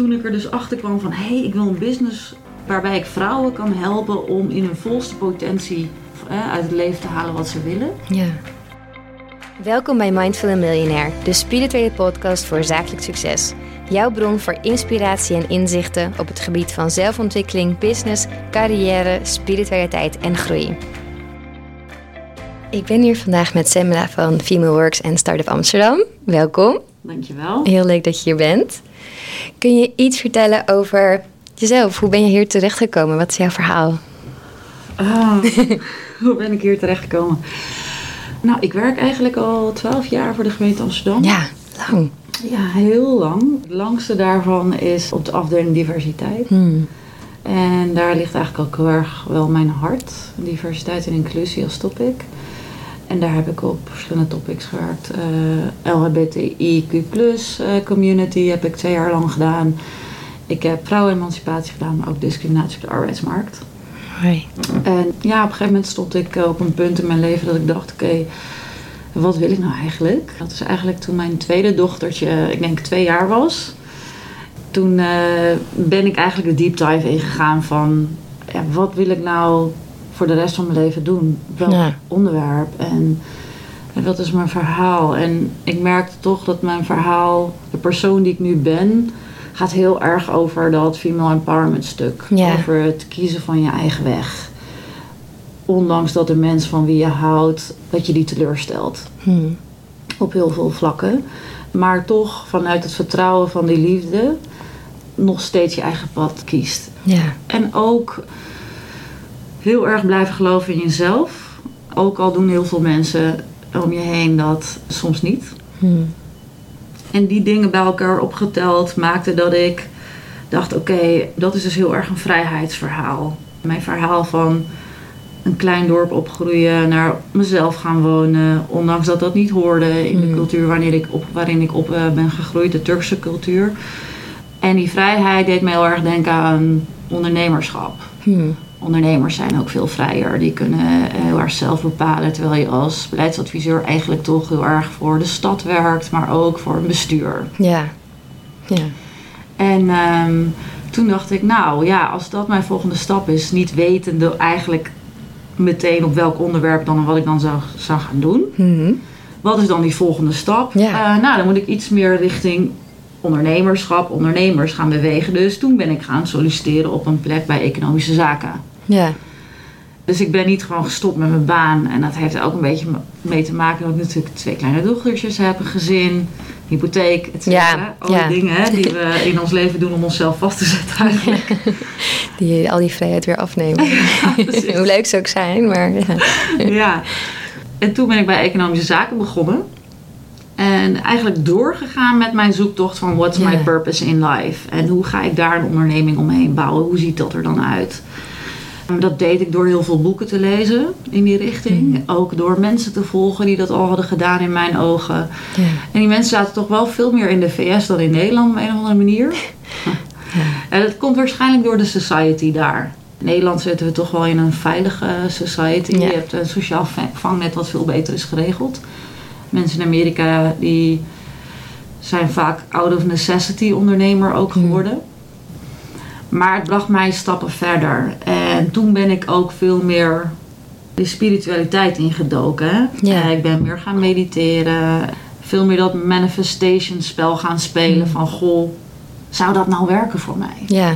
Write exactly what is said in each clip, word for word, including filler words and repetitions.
Toen ik er dus achter kwam van, hé, hey, ik wil een business waarbij ik vrouwen kan helpen om in hun volste potentie eh, uit het leven te halen wat ze willen. Ja. Welkom bij Mindful and Millionaire, de spirituele podcast voor zakelijk succes. Jouw bron voor inspiratie en inzichten op het gebied van zelfontwikkeling, business, carrière, spiritualiteit en groei. Ik ben hier vandaag met Semra van Female Works en Startup Amsterdam. Welkom. Dankjewel. Heel leuk dat je hier bent. Kun je iets vertellen over jezelf? Hoe ben je hier terechtgekomen? Wat is jouw verhaal? Oh, hoe ben ik hier terechtgekomen? Nou, ik werk eigenlijk al twaalf jaar voor de gemeente Amsterdam. Ja, lang. Ja, heel lang. Het langste daarvan is op de afdeling diversiteit. Hmm. En daar ligt eigenlijk ook heel erg wel mijn hart. Diversiteit en inclusie als topic. En daar heb ik op verschillende topics gewerkt. Uh, L H B T I Q plus uh, community heb ik twee jaar lang gedaan. Ik heb vrouwenemancipatie gedaan, maar ook discriminatie op de arbeidsmarkt. Hoi. En ja, op een gegeven moment stond ik op een punt in mijn leven dat ik dacht, oké, okay, wat wil ik nou eigenlijk? Dat is eigenlijk toen mijn tweede dochtertje, ik denk twee jaar was. Toen uh, ben ik eigenlijk de deep dive ingegaan van, ja, wat wil ik nou voor de rest van mijn leven doen? Welk ja. onderwerp? En, en wat is mijn verhaal? En ik merkte toch dat mijn verhaal, de persoon die ik nu ben, gaat heel erg over dat female empowerment stuk. Ja. Over het kiezen van je eigen weg. Ondanks dat de mens van wie je houdt, dat je die teleurstelt. Hmm. Op heel veel vlakken. Maar toch vanuit het vertrouwen van die liefde nog steeds je eigen pad kiest. Ja. En ook heel erg blijven geloven in jezelf. Ook al doen heel veel mensen om je heen dat soms niet. Hmm. En die dingen bij elkaar opgeteld maakte dat ik dacht, oké, okay, dat is dus heel erg een vrijheidsverhaal. Mijn verhaal van een klein dorp opgroeien, naar mezelf gaan wonen, ondanks dat dat niet hoorde in de mm. cultuur waarin ik op, waarin ik op uh, ben gegroeid, de Turkse cultuur. En die vrijheid deed me heel erg denken aan ondernemerschap. Mm. Ondernemers zijn ook veel vrijer. Die kunnen heel erg zelf bepalen, terwijl je als beleidsadviseur eigenlijk toch heel erg voor de stad werkt, maar ook voor een bestuur. Ja. Ja. En um, toen dacht ik, nou ja, als dat mijn volgende stap is, niet wetende eigenlijk meteen op welk onderwerp dan en wat ik dan zou, zou gaan doen. Mm-hmm. Wat is dan die volgende stap? Ja. Uh, nou, dan moet ik iets meer richting ondernemerschap, ondernemers gaan bewegen. Dus toen ben ik gaan solliciteren op een plek bij economische zaken. Ja. Dus ik ben niet gewoon gestopt met mijn baan. En dat heeft er ook een beetje mee te maken dat ik natuurlijk twee kleine dochtertjes heb, een gezin, hypotheek, et cetera. Ja, Al ja. die dingen hè, die we in ons leven doen om onszelf vast te zetten eigenlijk. Ja. Die al die vrijheid weer afnemen. Ja, hoe leuk ze ook zijn, maar ja. Ja. En toen ben ik bij economische zaken begonnen. En eigenlijk doorgegaan met mijn zoektocht van what's ja. my purpose in life. En hoe ga ik daar een onderneming omheen bouwen? Hoe ziet dat er dan uit? Dat deed ik door heel veel boeken te lezen in die richting. Mm. Ook door mensen te volgen die dat al hadden gedaan in mijn ogen. Ja. En die mensen zaten toch wel veel meer in de V S dan in Nederland op een of andere manier. Ja. En dat komt waarschijnlijk door de society daar. In Nederland zitten we toch wel in een veilige society. Ja. Je hebt een sociaal vangnet wat veel beter is geregeld. Mensen in Amerika die zijn vaak out of necessity ondernemer ook geworden. Mm. Maar het bracht mij stappen verder. En toen ben ik ook veel meer de spiritualiteit ingedoken. Ja. Ik ben meer gaan mediteren. Veel meer dat manifestation spel gaan spelen. Mm. Van goh, zou dat nou werken voor mij? Ja.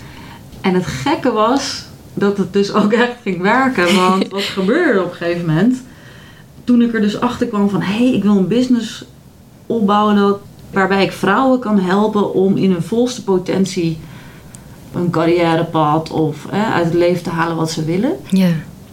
En het gekke was dat het dus ook echt ging werken. Want wat gebeurde op een gegeven moment? Toen ik er dus achter kwam van, hé, hey, ik wil een business opbouwen dat, waarbij ik vrouwen kan helpen om in hun volste potentie een carrièrepad of eh, uit het leven te halen wat ze willen. Ja.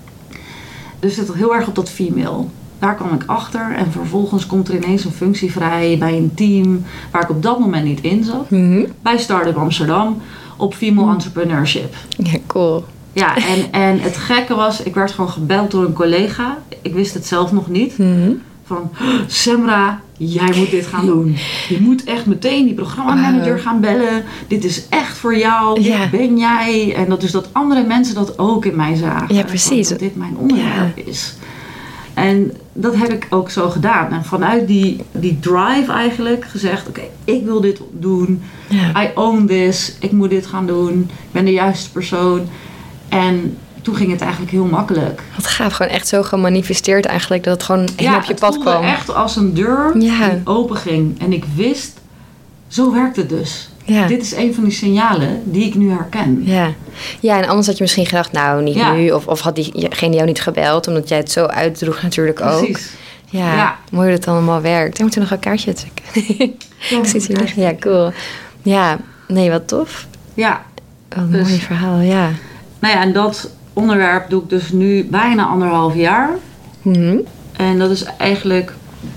Dus het heel erg op dat female. Daar kwam ik achter en vervolgens komt er ineens een functie vrij bij een team waar ik op dat moment niet in zat. Mm-hmm. Bij Startup Amsterdam op female mm. entrepreneurship. Ja, cool. Ja, en, en het gekke was, ik werd gewoon gebeld door een collega. Ik wist het zelf nog niet. Mm-hmm. Van, Semra, jij moet dit gaan doen. Je moet echt meteen die programmamanager uh. gaan bellen. Dit is echt voor jou. Ja. Dit ben jij. En dat dus dat andere mensen dat ook in mij zagen. Ja, precies. Dat dit mijn onderwerp ja. is. En dat heb ik ook zo gedaan. En vanuit die, die drive eigenlijk gezegd, oké, okay, ik wil dit doen. Ja. I own this. Ik moet dit gaan doen. Ik ben de juiste persoon. En toen ging het eigenlijk heel makkelijk. Wat gaaf. Gewoon echt zo gemanifesteerd eigenlijk. Dat het gewoon heel ja, op je pad kwam. Ja, het voelde echt als een deur ja. die open ging. En ik wist, zo werkt het dus. Ja. Dit is een van die signalen die ik nu herken. Ja, ja en anders had je misschien gedacht, nou, niet ja. nu. Of, of had diegene jou niet gebeld, omdat jij het zo uitdroeg natuurlijk ook. Precies. Ja, ja. Mooi hoe dat allemaal werkt. We moeten nog een kaartje trekken. Ik zit hier liggen. Ja, cool. Ja, nee, wat tof. Ja. Wat een dus, mooi verhaal, ja. Nou ja, en dat onderwerp doe ik dus nu bijna anderhalf jaar. Mm-hmm. En dat is eigenlijk,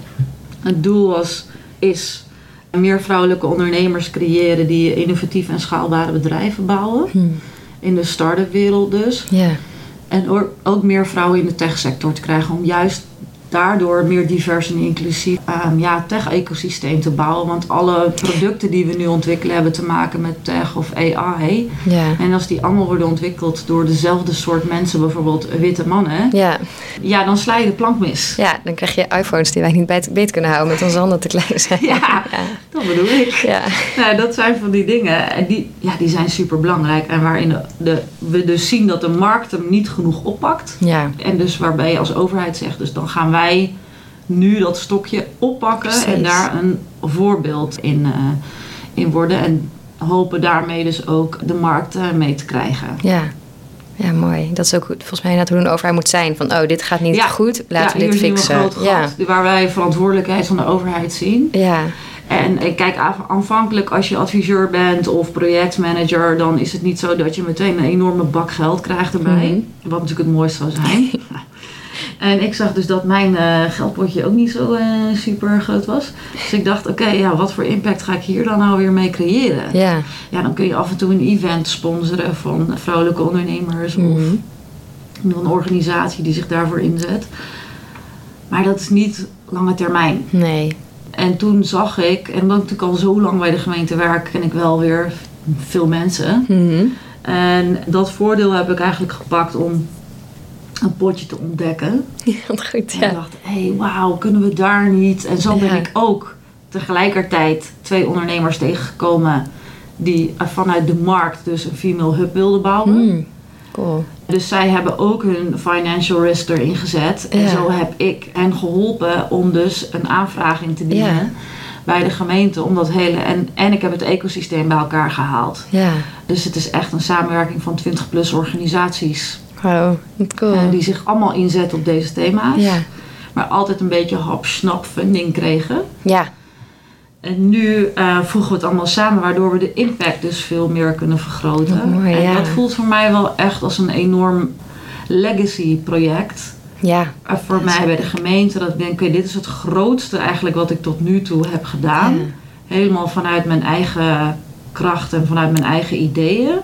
het doel was, is... meer vrouwelijke ondernemers creëren die innovatief en schaalbare bedrijven bouwen. Hmm. In de start-up wereld dus. Yeah. En ook meer vrouwen in de techsector te krijgen om juist daardoor meer divers en inclusief um, ja, tech-ecosysteem te bouwen. Want alle producten die we nu ontwikkelen hebben te maken met tech of A I. Yeah. En als die allemaal worden ontwikkeld door dezelfde soort mensen, bijvoorbeeld witte mannen. Yeah. Ja, dan sla je de plank mis. Ja, dan krijg je iPhones die wij niet beet kunnen houden met onze handen te klein zijn. Ja, ja. Dat bedoel ik. Ja. Nou, dat zijn van die dingen. En die, ja, die zijn super belangrijk. En waarin de, de, we dus zien dat de markt hem niet genoeg oppakt. Ja. En dus waarbij je als overheid zegt, dus dan gaan wij nu dat stokje oppakken. Precies. En daar een voorbeeld in, uh, in worden. En hopen daarmee dus ook de markt uh, mee te krijgen. Ja. Ja, mooi. Dat is ook goed. Volgens mij inderdaad hoe een overheid moet zijn. Van, oh, dit gaat niet ja. goed. Laten ja, we dit fixen. Een groot gat, ja. Waar wij verantwoordelijkheid van de overheid zien. Ja. En ik kijk, aanvankelijk als je adviseur bent of projectmanager, dan is het niet zo dat je meteen een enorme bak geld krijgt erbij. Mm-hmm. Wat natuurlijk het mooiste zou zijn. En ik zag dus dat mijn uh, geldpotje ook niet zo uh, super groot was. Dus ik dacht, oké, okay, ja, wat voor impact ga ik hier dan nou weer mee creëren? Ja. Ja, dan kun je af en toe een event sponsoren van vrouwelijke ondernemers. Mm-hmm. Of een organisatie die zich daarvoor inzet. Maar dat is niet lange termijn. Nee. En toen zag ik, en omdat ik natuurlijk al zo lang bij de gemeente werk, ken ik wel weer veel mensen. Mm-hmm. En dat voordeel heb ik eigenlijk gepakt om een potje te ontdekken. Ja, goed, ja. En ik dacht, hé, hey, wauw, kunnen we daar niet? En zo ben ja. ik ook tegelijkertijd twee ondernemers tegengekomen die vanuit de markt dus een female hub wilden bouwen. Mm, cool. Dus zij hebben ook hun financial risk erin gezet. En ja. zo heb ik hen geholpen om dus een aanvraag in te dienen ja. bij de gemeente. Om dat hele, en, en ik heb het ecosysteem bij elkaar gehaald. Ja. Dus het is echt een samenwerking van twintig plus organisaties. Wow, cool. Uh, die zich allemaal inzetten op deze thema's. Ja. Maar altijd een beetje hap-snap funding kregen. Ja. En nu uh, voegen we het allemaal samen, waardoor we de impact dus veel meer kunnen vergroten. Oh, mooi, en ja. dat voelt voor mij wel echt als een enorm legacy project. Ja. Uh, voor mij bij de gemeente. Dat ik denk, oké, dit is het grootste eigenlijk wat ik tot nu toe heb gedaan. Ja. Helemaal vanuit mijn eigen kracht en vanuit mijn eigen ideeën.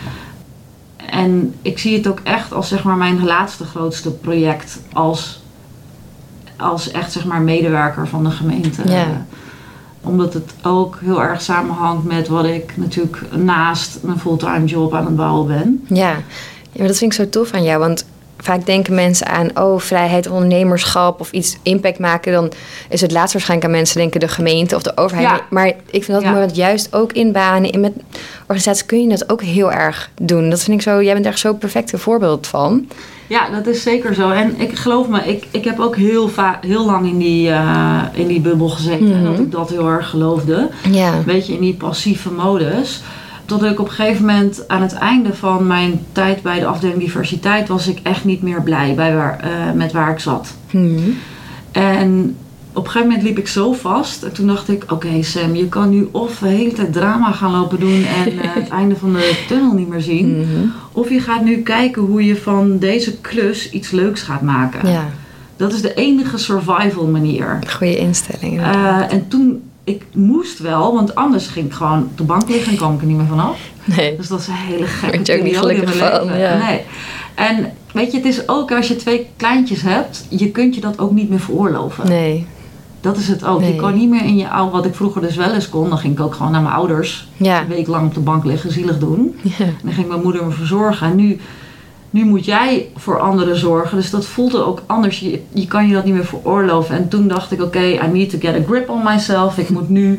En ik zie het ook echt als zeg maar mijn laatste grootste project als, als echt zeg maar medewerker van de gemeente. Ja. Omdat het ook heel erg samenhangt met wat ik natuurlijk naast mijn fulltime job aan het bouwen ben. Ja, ja, maar dat vind ik zo tof aan jou. Want vaak denken mensen aan, oh, vrijheid, ondernemerschap of iets impact maken. Dan is het laatst waarschijnlijk aan mensen denken de gemeente of de overheid. Ja. Maar ik vind dat ja. mooi, want juist ook in banen, in met organisaties kun je dat ook heel erg doen. Dat vind ik zo, jij bent echt zo'n perfecte voorbeeld van. Ja, dat is zeker zo. En ik geloof me, ik, ik heb ook heel, va- heel lang in die, uh, in die bubbel gezeten. Mm-hmm. En dat ik dat heel erg geloofde. Ja. Een beetje in die passieve modus. Tot ik op een gegeven moment aan het einde van mijn tijd bij de afdeling diversiteit was ik echt niet meer blij bij waar, uh, met waar ik zat. Mm-hmm. En op een gegeven moment liep ik zo vast. En toen dacht ik, oké okay, Sam, je kan nu of de hele tijd drama gaan lopen doen en uh, het einde van de tunnel niet meer zien. Mm-hmm. Of je gaat nu kijken hoe je van deze klus iets leuks gaat maken. Ja. Dat is de enige survival manier. Goeie instelling. Uh, en toen, ik moest wel, want anders ging ik gewoon op de bank liggen en kwam ik er niet meer vanaf. Nee. Dus dat is een hele gekke Word je ook niet gelukkig van. Ja. Nee. En weet je, het is ook als je twee kleintjes hebt, je kunt je dat ook niet meer veroorloven. Nee. Dat is het ook. Nee. Je kan niet meer in je oude, wat ik vroeger dus wel eens kon, dan ging ik ook gewoon naar mijn ouders ja. een week lang op de bank liggen, zielig doen. Ja. En dan ging mijn moeder me verzorgen. En nu nu moet jij voor anderen zorgen. Dus dat voelde ook anders. Je, je kan je dat niet meer veroorloven. En toen dacht ik, oké, okay, I need to get a grip on myself. Ik moet nu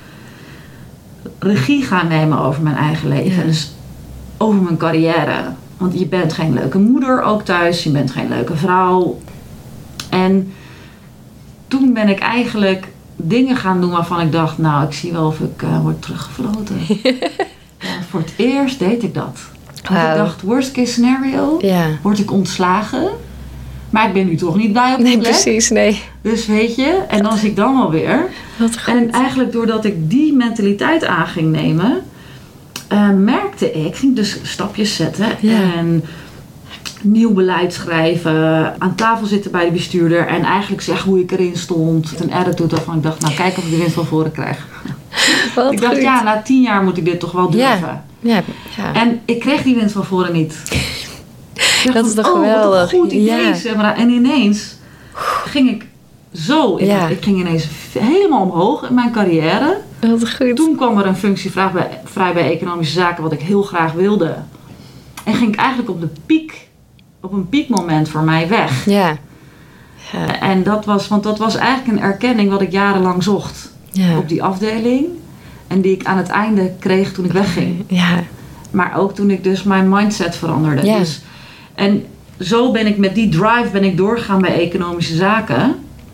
regie gaan nemen over mijn eigen leven. Ja. Dus over mijn carrière. Want je bent geen leuke moeder ook thuis. Je bent geen leuke vrouw. En toen ben ik eigenlijk dingen gaan doen waarvan ik dacht, nou, ik zie wel of ik uh, word teruggefloten. Ja, voor het eerst deed ik dat. Want wow. Ik dacht, worst case scenario, ja. word ik ontslagen. Maar ik ben nu toch niet bij op de nee, plek. Precies, nee. Dus weet je, en dan zie ik dan alweer. Wat goed. En eigenlijk doordat ik die mentaliteit aan ging nemen, uh, merkte ik, ging dus stapjes zetten ja. en nieuw beleid schrijven, aan tafel zitten bij de bestuurder en eigenlijk zeggen hoe ik erin stond. Een attitude waarvan ik dacht, nou kijk of ik de winst van voren krijg. Wat ik dacht, goed. ja, na tien jaar moet ik dit toch wel durven. Ja. Ja, ja. En ik kreeg die winst van voren niet. Dacht, dat is toch oh, geweldig. Wat een goed idee. Ja. Zeg maar. En ineens ging ik zo. Ik, ja. ik ging ineens helemaal omhoog in mijn carrière. Wat goed. Toen kwam er een functie vrij bij, vrij bij economische zaken wat ik heel graag wilde. En ging ik eigenlijk op de piek, op een piekmoment voor mij weg. Ja. ja. En dat was, want dat was eigenlijk een erkenning wat ik jarenlang zocht. Ja. Op die afdeling. En die ik aan het einde kreeg toen ik wegging. Ja. Maar ook toen ik dus mijn mindset veranderde. Ja. Dus, en zo ben ik met die drive ben ik doorgegaan bij economische zaken.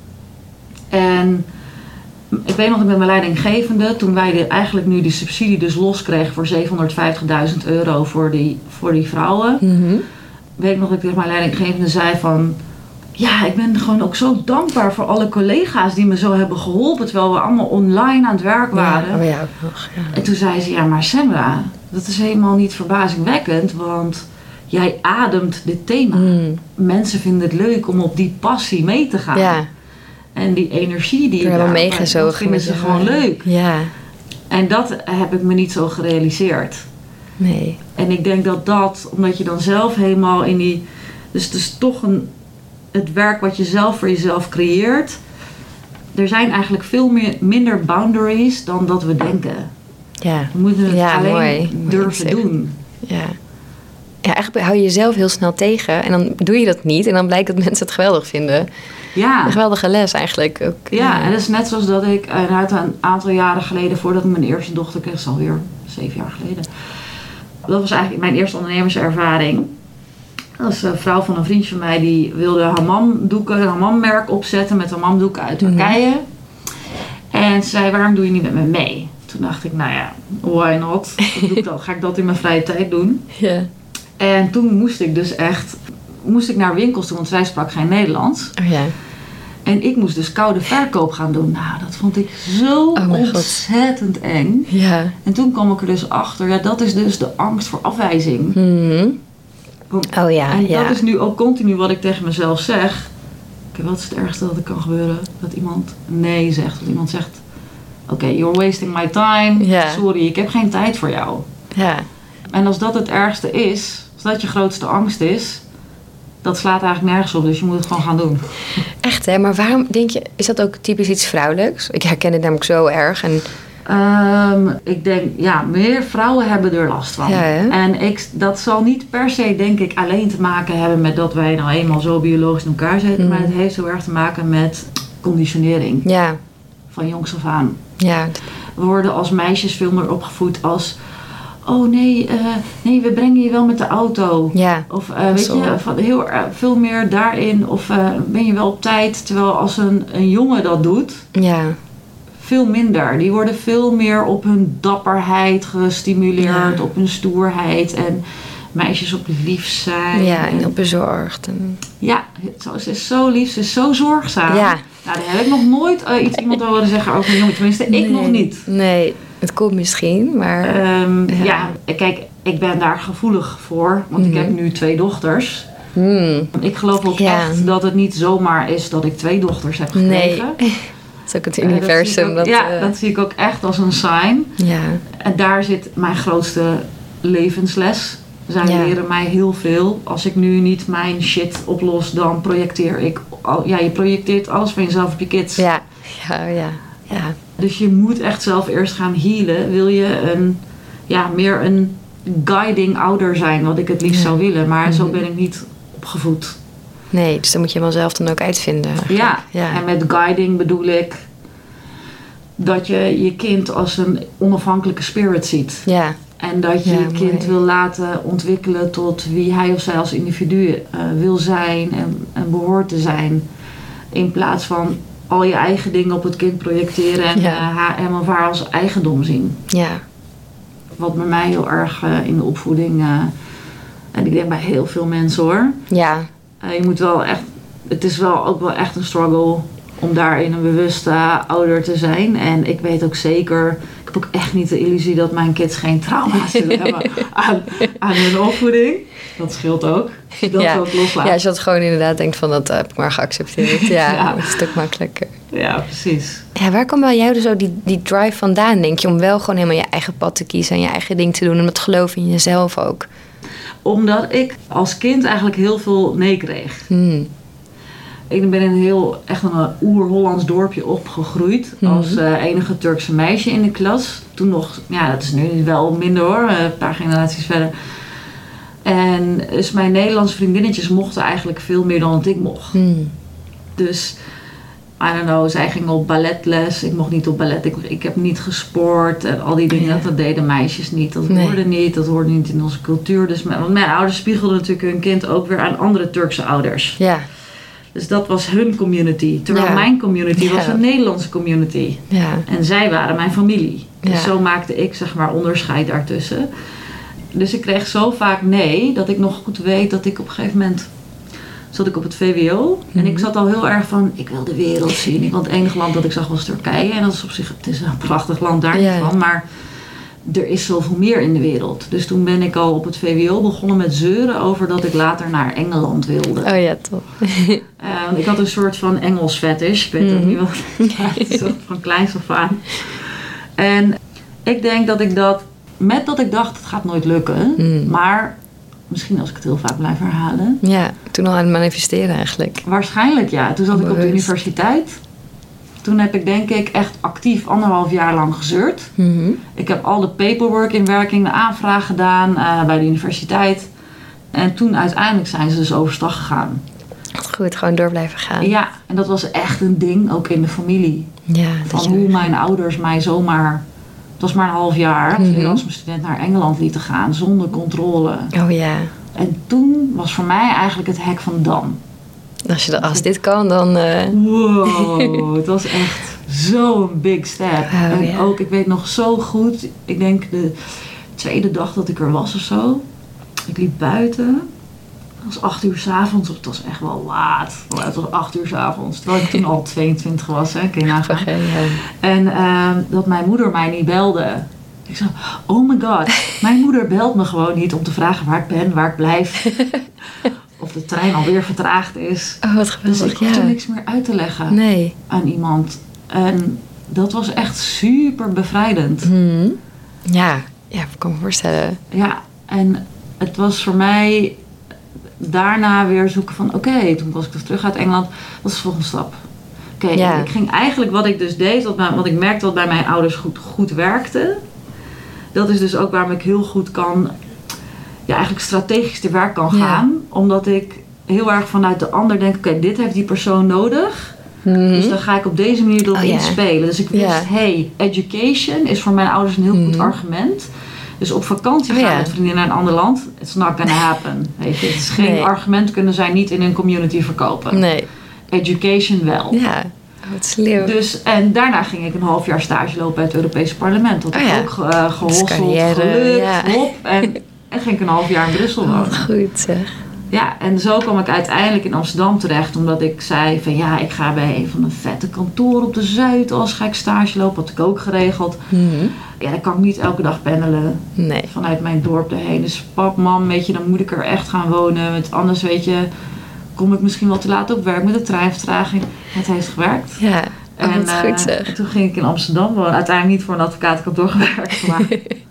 En ik weet nog, ik ben mijn leidinggevende. Toen wij de, eigenlijk nu die subsidie dus los kregen voor zevenhonderdvijftigduizend euro voor die, voor die vrouwen. Mm-hmm. Weet ik nog dat ik tegen mijn leidinggevende zei van, ja, ik ben gewoon ook zo dankbaar voor alle collega's die me zo hebben geholpen. Terwijl we allemaal online aan het werk waren. Ja, oh ja, ook nog. Ja. En toen zei ze, ja maar Semra, dat is helemaal niet verbazingwekkend. Want jij ademt dit thema. Mm. Mensen vinden het leuk om op die passie mee te gaan. Ja. En die energie die je daar daar meegezogen. dat vinden ze gewoon leuk. Ja. En dat heb ik me niet zo gerealiseerd. Nee. En ik denk dat dat, omdat je dan zelf helemaal in die... Dus het is toch een, het werk wat je zelf voor jezelf creëert. Er zijn eigenlijk veel meer, minder boundaries dan dat we denken. Ja. We moeten het ja, alleen mooi. durven mooi doen. Ja. Ja, eigenlijk hou je jezelf heel snel tegen. En dan doe je dat niet. En dan blijkt dat mensen het geweldig vinden. Ja. Een geweldige les eigenlijk ook. Ja, ja. En dat is net zoals dat ik uit een aantal jaren geleden, voordat ik mijn eerste dochter kreeg, is alweer zeven jaar geleden. Dat was eigenlijk mijn eerste ondernemerservaring. Dat was een vrouw van een vriendje van mij die wilde hammamdoeken, een hammammerk opzetten met hammamdoeken uit Turkije. Mm-hmm. En ze zei, waarom doe je niet met me mee? Toen dacht ik, nou ja, why not? Dan doe ik dat. Ga ik dat in mijn vrije tijd doen? Ja. En toen moest ik dus echt, moest ik naar winkels toe, want zij sprak geen Nederlands. Oh ja. En ik moest dus koude verkoop gaan doen. Nou, dat vond ik zo oh ontzettend God. eng. Ja. En toen kwam ik er dus achter, ja, dat is dus de angst voor afwijzing. Mm-hmm. Oh ja, en ja. dat is nu ook continu wat ik tegen mezelf zeg. Kijk, wat is het ergste dat er kan gebeuren? Dat iemand nee zegt. Dat iemand zegt, oké, okay, you're wasting my time. Ja. Sorry, ik heb geen tijd voor jou. Ja. En als dat het ergste is, als dat je grootste angst is, dat slaat eigenlijk nergens op. Dus je moet het gewoon gaan doen. Echt hè? Maar waarom denk je, is dat ook typisch iets vrouwelijks? Ik herken het namelijk zo erg. En... Um, ik denk, ja, meer vrouwen hebben er last van. Ja, en ik, dat zal niet per se, denk ik, alleen te maken hebben met dat wij nou eenmaal zo biologisch in elkaar zitten. Mm. Maar het heeft heel erg te maken met conditionering. Ja. Van jongs af aan. Ja. We worden als meisjes veel meer opgevoed als, oh nee, uh, nee, we brengen je wel met de auto. Ja. Of uh, weet zo. je, van heel, uh, veel meer daarin. Of uh, ben je wel op tijd. Terwijl als een, een jongen dat doet, ja. veel minder. Die worden veel meer op hun dapperheid gestimuleerd. Ja. Op hun stoerheid. En meisjes op lief zijn. Ja, en, en op bezorgd. En... Ja, ze is zo lief. Ze is zo zorgzaam. Ja. Nou, daar heb ik nog nooit uh, iets iemand horen zeggen over een jongen. Tenminste, nee. ik nog niet. Nee. Het komt misschien, maar... Um, ja. ja, kijk, ik ben daar gevoelig voor. Want mm. ik heb nu twee dochters. Mm. Ik geloof ook ja. echt dat het niet zomaar is dat ik twee dochters heb gekregen. Nee, dat is ook het universum. Uh, dat ook, dat, ja, uh... dat zie ik ook echt als een sign. Ja. En daar zit mijn grootste levensles. Zij ja. leren mij heel veel. Als ik nu niet mijn shit oplos, dan projecteer ik... Al, ja, je projecteert alles van jezelf op je kids. Ja, ja, ja. ja. Dus je moet echt zelf eerst gaan healen. Wil je een, ja, meer een guiding ouder zijn, wat ik het liefst Ja. zou willen. Maar Mm-hmm. zo ben ik niet opgevoed. Nee, dus dan moet je hem zelf dan ook uitvinden. Ja. ja, En met guiding bedoel ik dat je je kind als een onafhankelijke spirit ziet. ja, En dat je Ja, je kind mooi. wil laten ontwikkelen tot wie hij of zij als individu uh, wil zijn en, en behoort te zijn. In plaats van al je eigen dingen op het kind projecteren en Ja. uh, haar, hem of haar als eigendom zien. ja, Wat bij mij heel erg uh, in de opvoeding, uh, en ik denk bij heel veel mensen hoor. ja, Uh, je moet wel echt, het is wel ook wel echt een struggle om daarin een bewuste uh, ouder te zijn. En ik weet ook zeker, ik heb ook echt niet de illusie dat mijn kids geen trauma's zullen hebben aan, aan hun opvoeding. Dat scheelt ook. Als je dat Ja. ook loslaat. ja, als je dat gewoon inderdaad denkt van dat heb ik maar geaccepteerd. Ja, Ja. dat is een stuk makkelijker. Ja, precies. Ja, waar kwam bij jou dus zo die, die drive vandaan, denk je, om wel gewoon helemaal je eigen pad te kiezen en je eigen ding te doen en het geloof in jezelf ook? Omdat ik als kind eigenlijk heel veel nee kreeg. Hmm. Ik ben in een heel, echt een oer-Hollands dorpje opgegroeid. Mhm. Als uh, enige Turkse meisje in de klas. Toen nog, ja dat is nu wel minder hoor, een paar generaties verder. En dus mijn Nederlandse vriendinnetjes mochten eigenlijk veel meer dan wat ik mocht. Hmm. Dus, I don't know, zij gingen op balletles. Ik mocht niet op ballet. Ik, ik heb niet gesport. En al die dingen, Ja. dat deden meisjes niet. Dat Nee. hoorde niet. Dat hoorde niet in onze cultuur. Dus mijn, want mijn ouders spiegelden natuurlijk hun kind ook weer aan andere Turkse ouders. Ja, Dus dat was hun community. Terwijl Ja. mijn community Ja. was een Nederlandse community. ja, En zij waren mijn familie. Dus Ja. zo maakte ik zeg maar onderscheid daartussen. Dus ik kreeg zo vaak nee, dat ik nog goed weet dat ik op een gegeven moment zat ik op het V W O. En ik Mhm. zat al heel erg van, ik wil de wereld zien. Want het enige land dat ik zag was Turkije. En dat is op zich, het is een prachtig land daar niet Ja. van. Maar er is zoveel meer in de wereld. Dus toen ben ik al op het V W O begonnen met zeuren over dat ik later naar Engeland wilde. oh ja, top. Uh, ik had een soort van Engels fetish. Ik weet ook Mhm. niet wat het is. Van kleins af aan. En ik denk dat ik dat, met dat ik dacht, het gaat nooit lukken. Mm. Maar misschien als ik het heel vaak blijf herhalen. Ja, toen al aan het manifesteren eigenlijk. Waarschijnlijk ja. Toen zat ik op de Onbewust. universiteit. Toen heb ik denk ik echt actief anderhalf jaar lang gezeurd. Mhm. Ik heb al de paperwork in werking, de aanvraag gedaan uh, bij de universiteit. En toen uiteindelijk zijn ze dus overstag gegaan. Goed, gewoon door blijven gaan. Ja, en dat was echt een ding, ook in de familie. Ja, dat Van je- hoe mijn ouders mij zomaar, het was maar een half jaar, als Mhm. Erasmus-student naar Engeland lieten gaan zonder controle. Oh ja, En toen was voor mij eigenlijk het hek van Dam. als, je dat, als dit kan, dan... eh, Wow, het was echt zo'n big step. Oh, en ja. ook, ik weet nog zo goed, ik denk de tweede dag dat ik er was of zo. Ik liep buiten. Het was acht uur 's avonds, of het was echt wel laat. Maar het was acht uur 's avonds, terwijl ik toen al tweeëntwintig was, hè, kun je nagaan. Vergeet, ja. En uh, dat mijn moeder mij niet belde. Ik zei, oh my god, mijn moeder belt me gewoon niet om te vragen waar ik ben, waar ik blijf. Of de trein alweer vertraagd is. Oh, wat Dus geweldig, ik hoefde ja. niks meer uit te leggen Nee. aan iemand. En dat was echt super bevrijdend. Mhm. Ja, ja, ik kan me voorstellen. Ja, en het was voor mij daarna weer zoeken van, oké, okay, toen was ik dus terug uit Engeland. Wat is de volgende stap? Oké, okay, Ja. ik ging eigenlijk wat ik dus deed, wat, mijn, wat ik merkte wat bij mijn ouders goed, goed werkte. Dat is dus ook waarom ik heel goed kan, ja, eigenlijk strategisch te werk kan gaan. Ja. Omdat ik heel erg vanuit de ander denk, oké, okay, dit heeft die persoon nodig. Mhm. Dus dan ga ik op deze manier erop Oh, ja. inspelen. Dus ik wist, Ja. hey, education is voor mijn ouders een heel goed Mhm. argument. Dus op vakantie Oh, gaan ja. met vrienden naar een ander land, it's not gonna happen. Weet je, het is geen Nee. argument, kunnen zij niet in hun community verkopen. Nee. Education wel. Ja, wat slim. Dus, en daarna ging ik een half jaar stage lopen bij het Europese parlement. Dat Oh, heb ik ja. ook uh, gehosseld, carrière, gelukt, ja. hop. En, en ging ik een half jaar in Brussel Oh, wonen. wat goed zeg. Ja, en zo kwam ik uiteindelijk in Amsterdam terecht. Omdat ik zei van ja, ik ga bij een van de vette kantoren op de Zuidas ga ik stage lopen. Had ik ook geregeld. Mhm. Ja, dan kan ik niet elke dag pendelen Nee. vanuit mijn dorp erheen. Dus pap, mam, weet je, dan moet ik er echt gaan wonen. Want anders, weet je, kom ik misschien wel te laat op werk met de treinvertraging. Het heeft gewerkt. Ja, oh, wat eh, goed zeg. toen ging ik in Amsterdam wonen. Uiteindelijk niet voor een advocatenkantoor gewerkt. Maar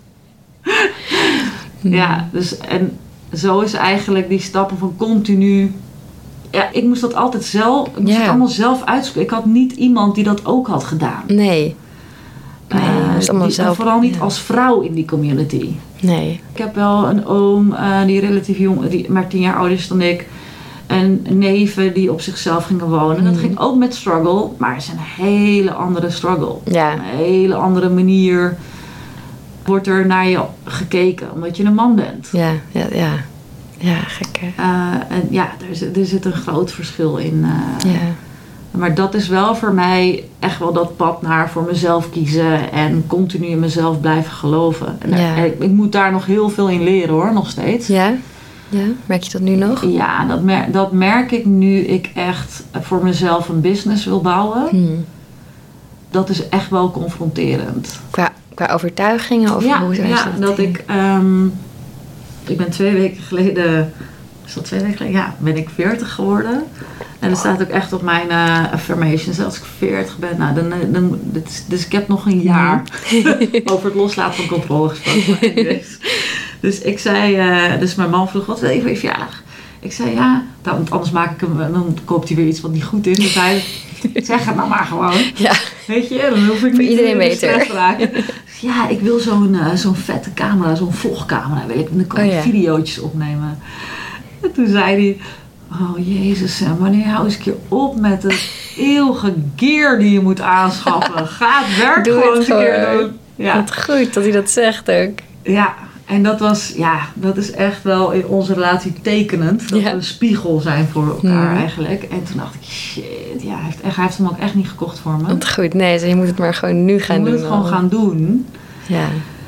ja, dus en zo is eigenlijk die stappen van continu. Ja, ik moest dat altijd zelf, ik moest Ja. het allemaal zelf uitzoeken. Ik had niet iemand die dat ook had gedaan. Nee. Nee, Uh, is allemaal die, zelf, vooral niet ja. als vrouw in die community. Nee. Ik heb wel een oom uh, die relatief jong, die maar tien jaar ouder is dan ik. En neven die op zichzelf gingen wonen. Mm. Dat ging ook met struggle, maar het is een hele andere struggle. Ja. Een hele andere manier wordt er naar je gekeken, omdat je een man bent. Ja, ja, ja. Ja, gek hè? Uh, en ja, er zit, er zit een groot verschil in. Uh, ja. Maar dat is wel voor mij echt wel dat pad naar voor mezelf kiezen en continu in mezelf blijven geloven. En, ja. en ik, ik moet daar nog heel veel in leren hoor, nog steeds. Ja? Ja, merk je dat nu nog? Ja, dat, mer- dat merk ik nu ik echt voor mezelf een business wil bouwen. Hmm. Dat is echt wel confronterend. Qua, qua overtuigingen? Of ja, hoe zijn ja dat, dat ik... Um, ik ben twee weken geleden... Is dat twee weken geleden? Ja, ben ik veertig geworden. En er staat ook echt op mijn uh, affirmations. Als ik veertig ben, nou, dan... dan dus, dus ik heb nog een jaar over het loslaten van controle gesproken. Dus ik zei, uh, dus mijn man vroeg, wat wil je voor je verjaardag? Ik zei, ja, nou, want anders maak ik hem, dan koopt hij weer iets wat niet goed is. Dus hij, zeg het nou maar gewoon. Ja. Weet je, dan hoef ik voor niet iedereen in de stress te raken. beter. Ja, ik wil zo'n, uh, zo'n vette camera, zo'n vlogcamera, wil ik, dan kan ik oh, ja. videootjes opnemen. En toen zei hij, oh jezus Sam, wanneer hou eens een keer op met het eeuwige gear die je moet aanschaffen. Ga het werk Doe gewoon het eens een keer doen. Ja. Wat goed dat hij dat zegt ook. Ja, en dat was, ja, dat is echt wel in onze relatie tekenend. Dat ja. we een spiegel zijn voor elkaar hmm. eigenlijk. En toen dacht ik, shit, ja, hij heeft, echt, hij heeft hem ook echt niet gekocht voor me. Wat goed, nee, dus je moet het maar gewoon nu gaan doen. Je doen. moet het gewoon gaan doen. Ja.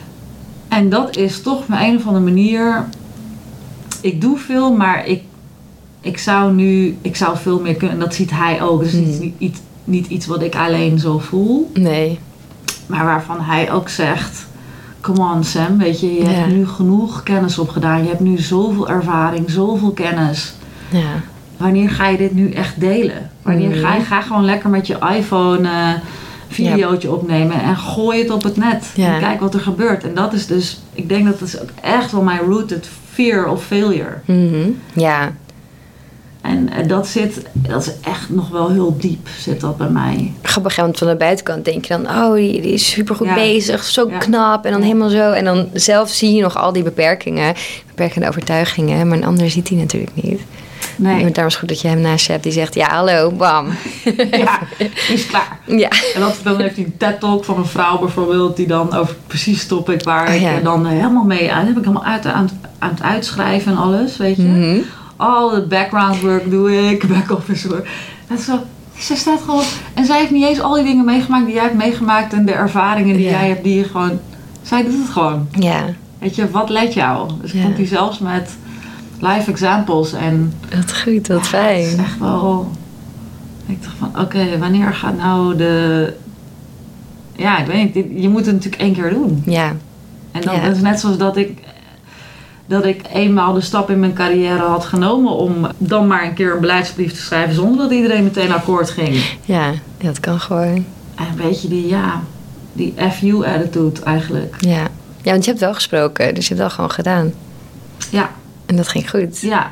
En dat is toch op een of andere manier... Ik doe veel, maar ik, ik zou nu, ik zou veel meer kunnen. En dat ziet hij ook. Dus het is niet, niet, niet iets wat ik alleen zo voel. Nee. Maar waarvan hij ook zegt... Come on Sam, weet je, je ja. hebt nu genoeg kennis opgedaan. Je hebt nu zoveel ervaring, zoveel kennis. Ja. Wanneer ga je dit nu echt delen? Wanneer mm. ga je ga gewoon lekker met je iPhone uh, videootje ja. opnemen en gooi het op het net. Ja. En kijk wat er gebeurt. En dat is dus, ik denk dat dat is ook echt wel mijn rooted fear of failure. Mm-hmm. Ja. En uh, dat zit, dat is echt nog wel heel diep, zit dat bij mij. Grappig, want van de buitenkant denk je dan, oh, die, die is supergoed ja. bezig, zo ja. knap. En dan ja. helemaal zo. En dan zelf zie je nog al die beperkingen, beperkende overtuigingen. Maar een ander ziet die natuurlijk niet. Nee. En daarom is het goed dat je hem naast je hebt die zegt, ja, hallo, bam. Ja, is klaar. Ja. En dat, dan heeft hij een TED-talk van een vrouw bijvoorbeeld, die dan over precies topic waar oh, ja. ik dan helemaal mee aan. heb ik helemaal uit, aan, aan het uitschrijven en alles, weet je. Mm-hmm. Al het background work doe ik, back-office work. Dat is zo, zij staat gewoon... En zij heeft niet eens al die dingen meegemaakt die jij hebt meegemaakt en de ervaringen die ja. jij hebt, die je gewoon... Zij doet het gewoon. Ja. Weet je, wat let jou? Dus ja. komt hij zelfs met live examples en... Wat goed, wat ja, fijn. Het is echt wel... Ik dacht van, oké, okay, wanneer gaat nou de... Ja, ik weet niet, je moet het natuurlijk één keer doen. Ja. En dan, ja. dat is net zoals dat ik... dat ik eenmaal de stap in mijn carrière had genomen om dan maar een keer een beleidsbrief te schrijven zonder dat iedereen meteen akkoord ging. Ja, dat kan gewoon. En een beetje die, ja, die F U attitude eigenlijk. Ja. Ja, want je hebt wel gesproken, dus je hebt het wel gewoon gedaan. Ja. En dat ging goed. Ja.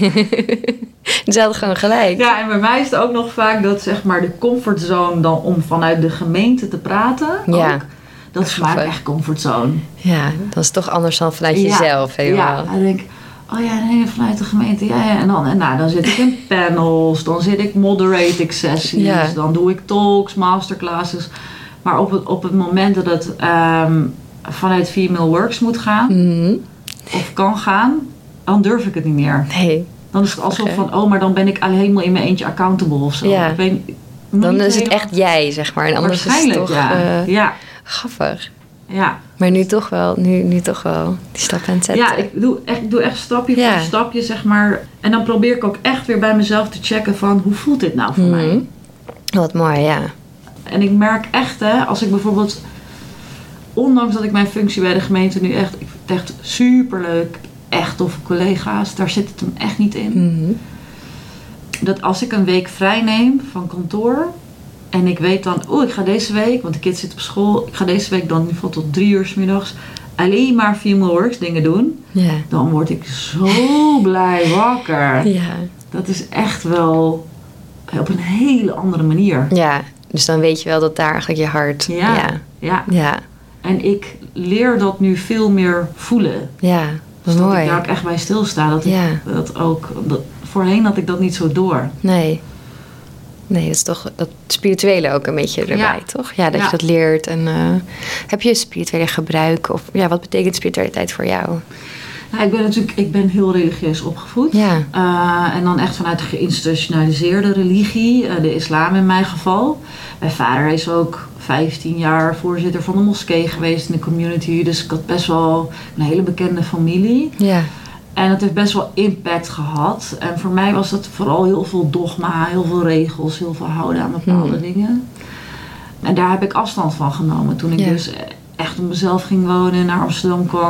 Dus ze hadden gewoon gelijk. Ja, en bij mij is het ook nog vaak dat zeg maar de comfortzone dan om vanuit de gemeente te praten. Ja. Ook, dat is vaak echt comfortzone. Ja, dat is toch anders dan vanuit ja. jezelf helemaal. Ja, dan denk ik, oh ja, nee, vanuit de gemeente, ja, ja. En dan, en nou, dan zit ik in panels, dan zit ik moderating sessies, ja. dan doe ik talks, masterclasses. Maar op het, op het moment dat het um, vanuit Female Works moet gaan, mm-hmm. of kan gaan, dan durf ik het niet meer. Nee. Dan is het alsof okay. van, oh, maar dan ben ik alleen helemaal in mijn eentje accountable of zo. Ja. Ik weet, dan is het echt jij, zeg maar. En anders is het toch ja. Uh, ja. grappig. Ja. Maar nu toch wel, nu, nu toch wel die stap aan het zetten. Ja, ik doe echt, ik doe echt stapje ja. voor stapje, zeg maar. En dan probeer ik ook echt weer bij mezelf te checken van, hoe voelt dit nou voor mm-hmm. mij? Wat mooi, ja. En ik merk echt, hè, als ik bijvoorbeeld, ondanks dat ik mijn functie bij de gemeente nu echt, ik vind het echt superleuk, echt toffe collega's, daar zit het hem echt niet in. Mm-hmm. Dat als ik een week vrij neem van kantoor en ik weet dan, oh, ik ga deze week, want de kids zitten op school, ik ga deze week dan in ieder geval tot drie uur 's middags alleen maar Female Works dingen doen, ja. dan word ik zo blij wakker. Ja. Dat is echt wel op een hele andere manier. Ja, dus dan weet je wel dat daar eigenlijk je hart... Ja, ja. ja. ja. En ik leer dat nu veel meer voelen. Ja, dus mooi. dat ik daar ook echt bij stilsta. Dat ja. ik dat ook... Dat, voorheen had ik dat niet zo door. Nee. Nee, dat is toch dat spirituele ook een beetje erbij, ja. toch? Ja, dat ja. je dat leert. En uh, heb je spirituele gebruik? Of ja, wat betekent spiritualiteit voor jou? Nou, ik ben natuurlijk ik ben heel religieus opgevoed. Ja. Uh, en dan echt vanuit de geïnstitutionaliseerde religie, uh, de islam in mijn geval. Mijn vader is ook vijftien jaar voorzitter van de moskee geweest in de community. Dus ik had best wel een hele bekende familie. Ja. En het heeft best wel impact gehad. En voor mij was het vooral heel veel dogma, heel veel regels, heel veel houden aan bepaalde hmm. dingen. En daar heb ik afstand van genomen toen ik ja. dus echt op mezelf ging wonen en naar Amsterdam kwam.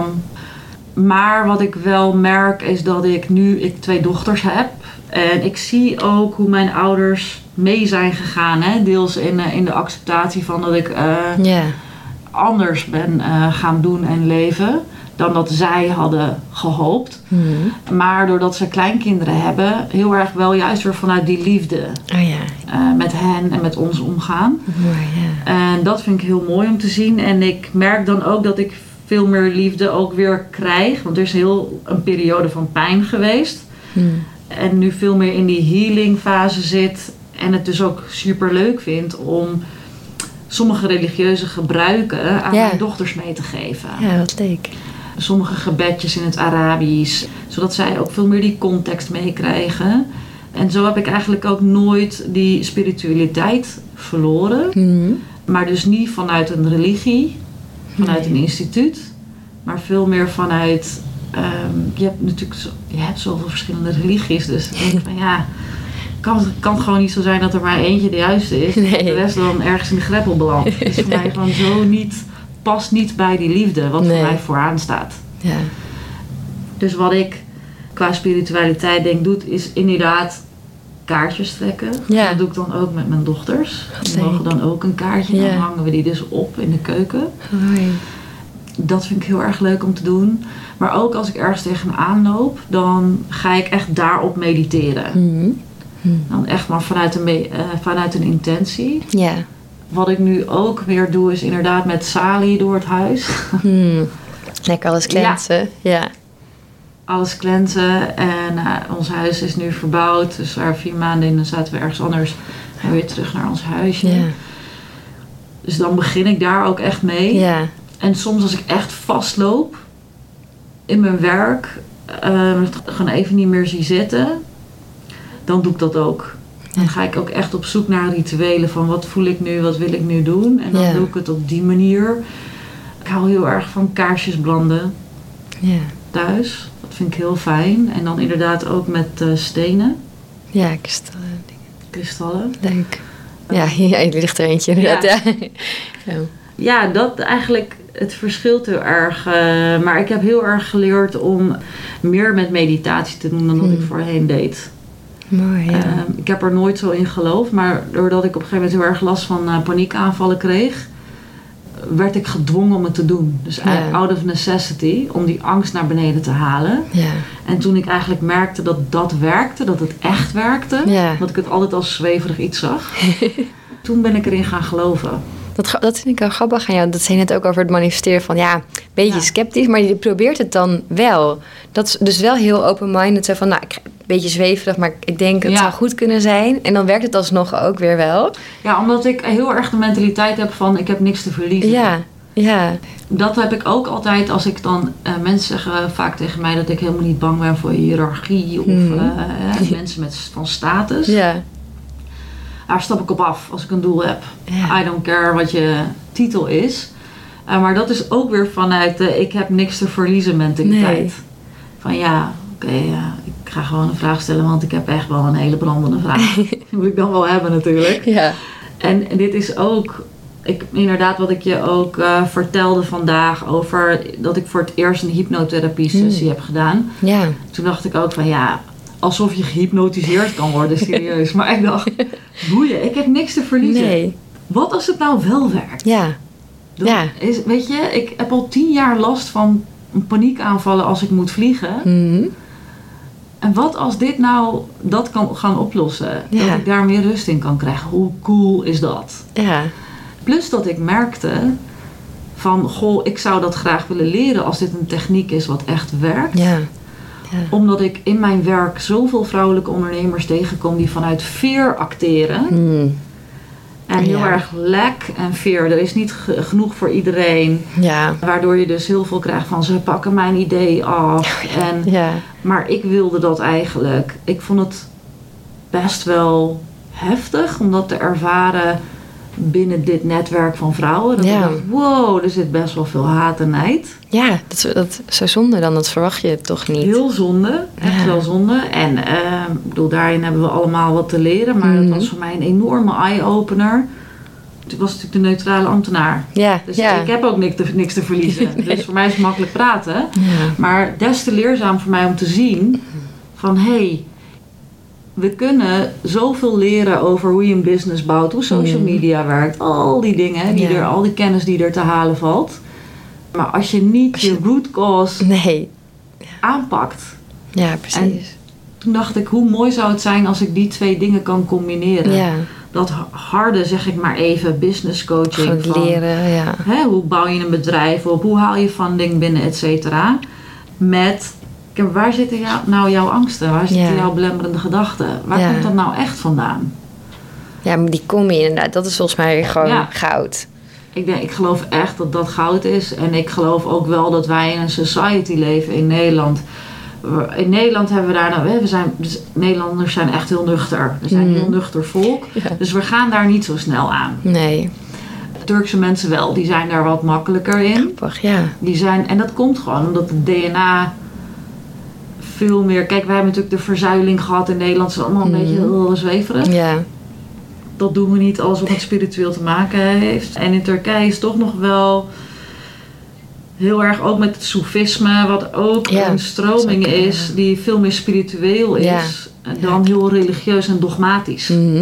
Maar wat ik wel merk is dat ik nu ik twee dochters heb. En ik zie ook hoe mijn ouders mee zijn gegaan. Hè? Deels in, in de acceptatie van dat ik uh, yeah. anders ben uh, gaan doen en leven. Dan dat zij hadden gehoopt. Mm. Maar doordat ze kleinkinderen hebben, heel erg wel juist weer vanuit die liefde. Oh, ja. uh, met hen en met ons omgaan. Mooi, ja. En dat vind ik heel mooi om te zien. En ik merk dan ook dat ik veel meer liefde ook weer krijg. Want er is heel een periode van pijn geweest. Mm. En nu veel meer in die healing fase zit. En het dus ook super leuk vind om sommige religieuze gebruiken aan ja. mijn dochters mee te geven. Ja, wat leuk. Sommige gebedjes in het Arabisch. Zodat zij ook veel meer die context meekrijgen. En zo heb ik eigenlijk ook nooit die spiritualiteit verloren. Mm. Maar dus niet vanuit een religie. Vanuit nee. een instituut. Maar veel meer vanuit... Um, je hebt natuurlijk zo, je hebt zoveel verschillende religies. Dus ik denk van ja... Kan, kan het gewoon niet zo zijn dat er maar eentje de juiste is. Nee. De rest dan ergens in de greppel belandt. Dat is voor mij gewoon zo niet... Past niet bij die liefde. Wat nee. voor mij vooraan staat. Ja. Dus wat ik qua spiritualiteit denk doet... Is inderdaad kaartjes trekken. Ja. Dat doe ik dan ook met mijn dochters. Die mogen dan ook een kaartje. Ja. Dan hangen we die dus op in de keuken. Hoi. Dat vind ik heel erg leuk om te doen. Maar ook als ik ergens tegenaan loop... Dan ga ik echt daarop mediteren. Mm-hmm. Mm. Dan echt maar vanuit een, me- uh, vanuit een intentie. Ja. Wat ik nu ook weer doe is inderdaad met Sali door het huis. Hmm. Lekker alles cleansen. Ja. ja. Alles cleansen. En uh, ons huis is nu verbouwd. Dus we waren vier maanden in. Dan zaten we ergens anders. En weer terug naar ons huisje. Ja. Dus dan begin ik daar ook echt mee. Ja. En soms als ik echt vastloop. In mijn werk. Uh, gewoon even niet meer zie zitten. Dan doe ik dat ook. Dan ga ik ook echt op zoek naar rituelen van wat voel ik nu, wat wil ik nu doen. En dan ja. doe ik het op die manier. Ik hou heel erg van kaarsjes branden ja. thuis. Dat vind ik heel fijn. En dan inderdaad ook met uh, stenen. Ja, kristallen. Kristallen. Leuk. Ja, ja, er ligt er eentje inderdaad. Ja, ja. ja dat eigenlijk, het verschilt heel erg. Uh, maar ik heb heel erg geleerd om meer met meditatie te doen dan hmm. wat ik voorheen deed. Mooi, ja. uh, ik heb er nooit zo in geloofd, maar doordat ik op een gegeven moment heel erg last van uh, paniekaanvallen kreeg, werd ik gedwongen om het te doen. Dus ja. out of necessity, om die angst naar beneden te halen. Ja. En toen ik eigenlijk merkte dat dat werkte, dat het echt werkte, ja. dat ik het altijd als zweverig iets zag, toen ben ik erin gaan geloven. Dat, dat vind ik wel grappig aan jou. Dat zei je net ook over het manifesteren van ja, een beetje ja. sceptisch, maar je probeert het dan wel. Dat is dus wel heel open-minded. Zo van nou, ik, een beetje zweverig, maar ik denk het ja. zou goed kunnen zijn. En dan werkt het alsnog ook weer wel. Ja, omdat ik heel erg de mentaliteit heb van ik heb niks te verliezen. Ja, ja. Dat heb ik ook altijd als ik dan... Uh, mensen zeggen vaak tegen mij dat ik helemaal niet bang ben voor hiërarchie. Of hmm. uh, uh, mensen met, van status. Ja. Daar stap ik op af als ik een doel heb. Ja. I don't care wat je titel is. Uh, maar dat is ook weer vanuit de ik heb niks te verliezen mentaliteit. Nee. Van ja, oké, okay, ja, ik ga gewoon een vraag stellen. Want ik heb echt wel een hele brandende vraag. Die moet ik dan wel hebben natuurlijk. Ja. En dit is ook... Ik, inderdaad wat ik je ook uh, vertelde vandaag over dat ik voor het eerst een hypnotherapie sessie hmm. heb gedaan. Ja. Toen dacht ik ook van ja... Alsof je gehypnotiseerd kan worden, serieus. Maar ik dacht, boeien, ik heb niks te verliezen. Nee. Wat als het nou wel werkt? Ja. Dan ja. Is, weet je, ik heb al tien jaar last van paniekaanvallen als ik moet vliegen. Mm-hmm. En wat als dit nou dat kan gaan oplossen? Ja. Dat ik daar meer rust in kan krijgen. Hoe cool is dat? Ja. Plus dat ik merkte Van, goh, ik zou dat graag willen leren als dit een techniek is wat echt werkt. Ja. Ja. Omdat ik in mijn werk zoveel vrouwelijke ondernemers tegenkom die vanuit fear acteren. Mm. En heel Ja. erg lack en fear. Er is niet g- genoeg voor iedereen. Ja. Waardoor je dus heel veel krijgt van, ze pakken mijn idee af. En, Ja. maar ik wilde dat eigenlijk. Ik vond het best wel heftig om dat te ervaren binnen dit netwerk van vrouwen. Dat Ja. ik dacht, wow, er zit best wel veel haat en nijd. Ja, dat, is- dat is zo zonde dan. Dat verwacht je toch niet. Heel zonde, echt Ja. wel zonde. En eh, ik bedoel, daarin hebben we allemaal wat te leren. Maar Mhm. dat was voor mij een enorme eye-opener. Toen was natuurlijk de neutrale ambtenaar. Ja, Dus ja. ik heb ook niks te, niks te verliezen. Nee. Dus voor mij is het makkelijk praten. Ja. Maar des te leerzaam voor mij om te zien van, hé, hey, we kunnen zoveel leren over hoe je een business bouwt, hoe social Mhm. media werkt, al die dingen, die Ja. er, al die kennis die er te halen valt. Maar als je niet Als je- je root cause Nee. aanpakt. Ja, precies. Toen dacht ik, hoe mooi zou het zijn als ik die twee dingen kan combineren. Ja, Dat harde, zeg ik maar even, business coaching. gewoon van, leren, ja. hè, hoe bouw je een bedrijf op? Hoe haal je funding binnen, et cetera? Met, kijk, waar zitten jou, nou jouw angsten? Waar zitten Ja. jouw belemmerende gedachten? Waar Ja. komt dat nou echt vandaan? Ja, maar die kom je inderdaad. Dat is volgens mij gewoon Ja. goud. Ik, denk, ik geloof echt dat dat goud is. En ik geloof ook wel dat wij in een society leven in Nederland. In Nederland hebben we daar nou, we zijn, dus Nederlanders zijn echt heel nuchter. We zijn een Mhm. heel nuchter volk. Ja. Dus we gaan daar niet zo snel aan. Nee, Turkse mensen wel, die zijn daar wat makkelijker in. grappig, ja. Die zijn, en dat komt gewoon omdat het D N A veel meer... Kijk, wij hebben natuurlijk de verzuiling gehad in Nederland. Het is allemaal een Mhm. beetje heel zweverig. Ja, Dat doen we niet als wat met spiritueel te maken heeft. En in Turkije is toch nog wel heel erg ook met het soefisme, wat ook Ja, een stroming dat is ook, is ja. die veel meer spiritueel is Ja. dan heel religieus en dogmatisch. mhm.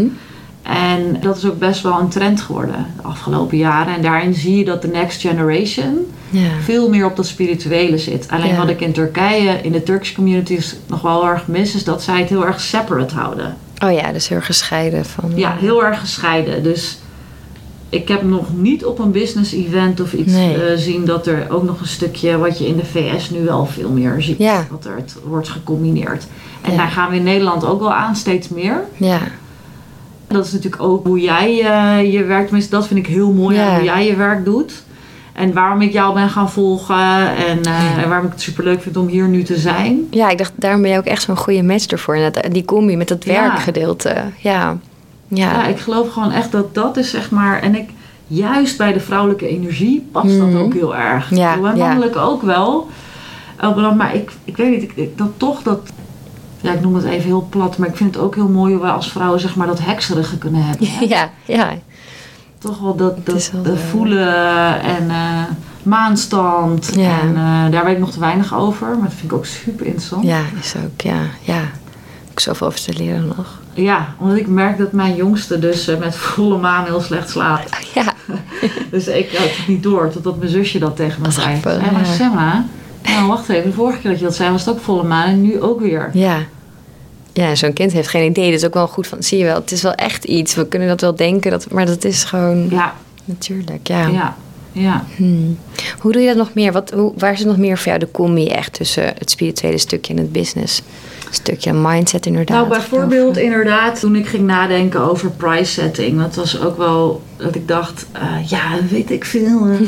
En dat is ook best wel een trend geworden de afgelopen jaren. En daarin zie je dat de next generation Ja. veel meer op dat spirituele zit. Alleen Ja. wat ik in Turkije, in de Turkse communities nog wel heel erg mis, is dat zij het heel erg separate houden. Oh ja, dus heel gescheiden van... Ja, heel erg gescheiden. Dus ik heb nog niet op een business event of iets Nee. eh, zien dat er ook nog een stukje, wat je in de V S nu wel veel meer ziet, Ja. dat er het wordt gecombineerd. En Ja. daar gaan we in Nederland ook wel aan, steeds meer. Ja, Dat is natuurlijk ook hoe jij eh, je werk, tenminste dat vind ik heel mooi Ja. aan hoe jij je werk doet. En waarom ik jou ben gaan volgen en, eh, Ja. en waarom ik het superleuk vind om hier nu te zijn. ja, ik dacht, daarom ben je ook echt zo'n goede match ervoor. En dat, die combi met dat Ja. werkgedeelte. Ja, ja. Ja, ik geloof gewoon echt dat dat is zeg maar, en ik juist bij de vrouwelijke energie past Mhm. dat ook heel erg. Ja, Ik bedoel, en ja. mannelijk ook wel. Uh, maar ik, ik weet niet, ik, ik- dat toch dat, ja ik noem het even heel plat, maar ik vind het ook heel mooi hoe wij als vrouwen zeg maar dat hekserige kunnen hebben. hè. Ja, ja. Toch wel dat, Het dat is wel, eh, eh, voelen en eh, maanstand. Ja. En eh, daar weet ik nog te weinig over, maar dat vind ik ook super interessant. Ja, is ook, ja, ja. Ook zoveel over te leren nog. Ja, omdat ik merk dat mijn jongste dus eh, met volle maan heel slecht slaapt. Ja, Dus ik had het niet door, totdat mijn zusje dat tegen me Wat zei. grappig, Ja, maar ja. Selma, nou wacht even, de vorige keer dat je dat zei was het ook volle maan en nu ook weer. ja. Ja, zo'n kind heeft geen idee. Dat is ook wel goed van, zie je wel, het is wel echt iets. We kunnen dat wel denken, dat, maar dat is gewoon Ja, natuurlijk, ja. ja, ja. Hmm. Hoe doe je dat nog meer? Wat, hoe, waar zit nog meer voor jou de combi echt tussen het spirituele stukje en het business? Stukje mindset inderdaad. Nou, bijvoorbeeld Of, inderdaad, toen ik ging nadenken over price setting. Dat was ook wel dat ik dacht, eh, ja, weet ik veel. eh,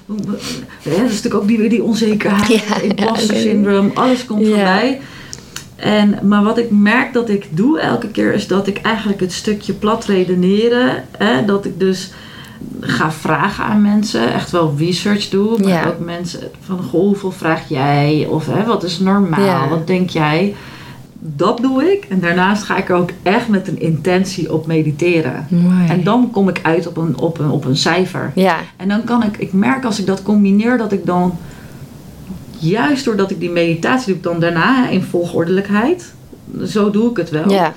ja, dat is natuurlijk ook die, weer die onzekerheid, Ja, imposter ja, syndroom, alles komt Ja. voorbij. En, maar wat ik merk dat ik doe elke keer is dat ik eigenlijk het stukje plat redeneren, hè, dat ik dus ga vragen aan mensen, echt wel research doe, maar Ja. ook mensen van goh, hoeveel vraag jij of hè, wat is normaal, Ja. wat denk jij? Dat doe ik en daarnaast ga ik er ook echt met een intentie op mediteren. Mooi. En dan kom ik uit op een, op een, op een cijfer. Ja, En dan kan ik, ik merk als ik dat combineer, dat ik dan, juist doordat ik die meditatie doe, ik dan daarna in volgordelijkheid, zo doe ik het wel. ja,